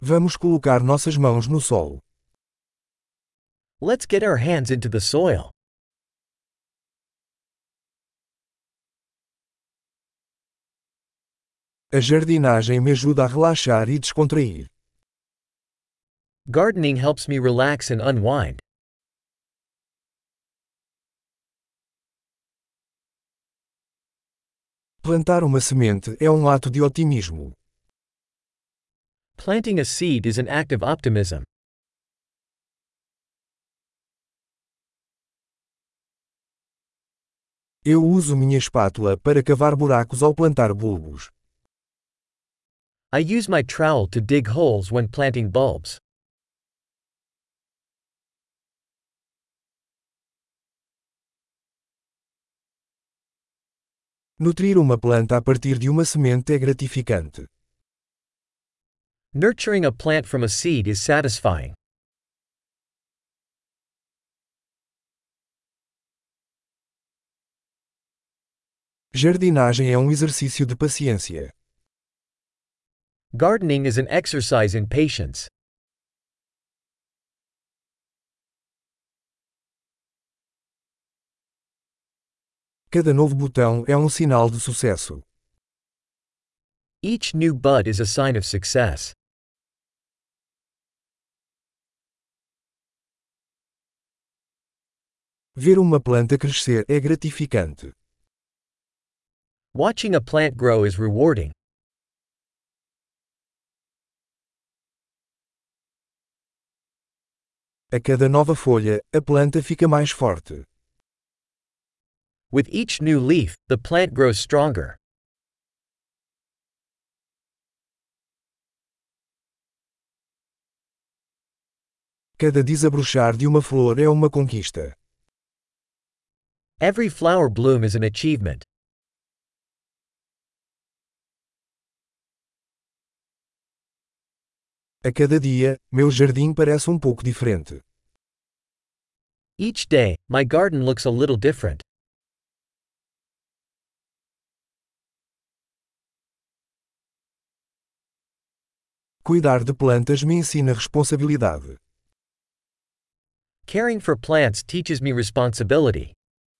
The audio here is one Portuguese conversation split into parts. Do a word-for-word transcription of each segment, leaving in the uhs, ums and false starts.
Vamos colocar nossas mãos no solo. Let's get our hands into the soil. A jardinagem me ajuda a relaxar e descontrair. Gardening helps me relax and unwind. Plantar uma semente é um ato de otimismo. Planting a seed is an act of optimism. Eu uso minha espátula para cavar buracos ao plantar bulbos. I use my trowel to dig holes when planting bulbs. Nutrir uma planta a partir de uma semente é gratificante. Nurturing a plant from a seed is satisfying. Jardinagem é um exercício de paciência. Gardening is an exercise in patience. Cada novo botão é um sinal de sucesso. Each new bud is a sign of success. Ver uma planta crescer é gratificante. Watching a plant grow is rewarding. A cada nova folha, a planta fica mais forte. With each new leaf, the plant grows stronger. Cada desabrochar de uma flor é uma conquista. Every flower bloom is an achievement. A cada dia, meu jardim parece um pouco diferente. Each day, my garden looks a little different. Cuidar de plantas me ensina responsabilidade. Caring for plants teaches me responsibility.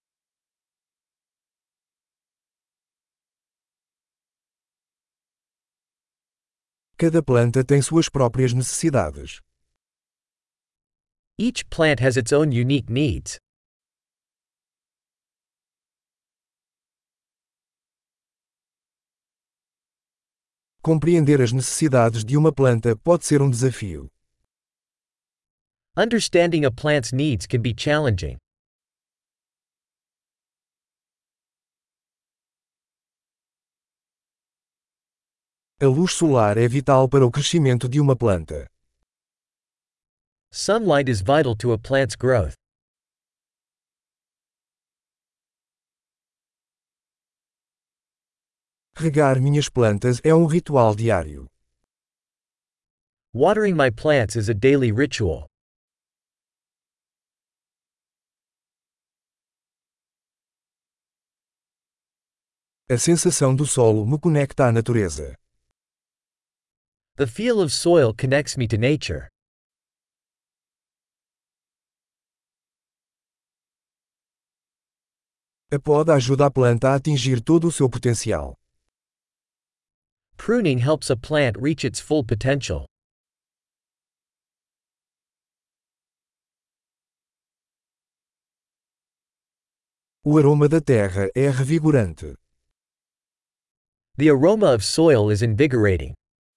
Cada planta tem suas próprias necessidades. Each plant has its own unique needs. Compreender as necessidades de uma planta pode ser um desafio. Understanding a plant's needs can be challenging. A luz solar é vital para o crescimento de uma planta. Sunlight is vital to a plant's growth. Regar minhas plantas é um ritual diário. Watering my plants is a daily ritual. A sensação do solo me conecta à natureza. The feel of soil connects me to nature. A poda ajuda a planta a atingir todo o seu potencial. Pruning helps a plant reach its full potential. O aroma da terra é revigorante. The aroma of soil is invigorating.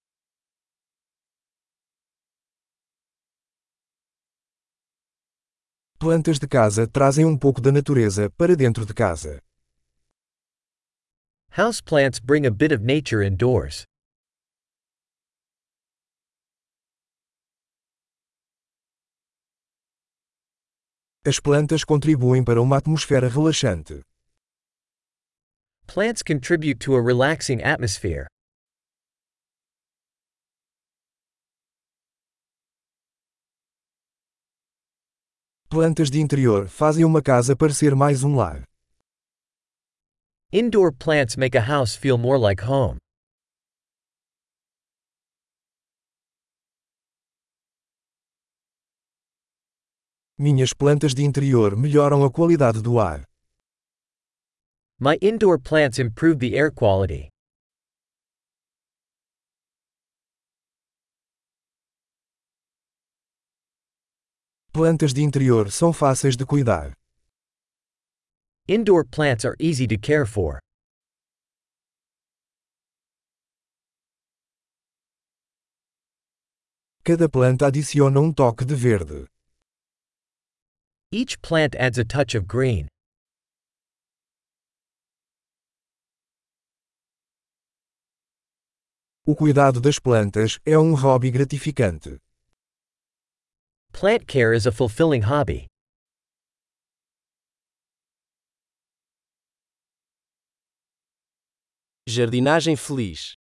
Plantas de casa trazem um pouco da natureza para dentro de casa. Houseplants bring a bit of nature indoors. As plantas contribuem para uma atmosfera relaxante. Plants contribute to a relaxing atmosphere. Plantas de interior fazem uma casa parecer mais um lar. Indoor plants make a house feel more like home. Minhas plantas de interior melhoram a qualidade do ar. My indoor plants improve the air quality. Plantas de interior são fáceis de cuidar. Indoor plants are easy to care for. Cada planta adiciona um toque de verde. Each plant adds a touch of green. O cuidado das plantas é um hobby gratificante. Plant care is a fulfilling hobby. Jardinagem feliz.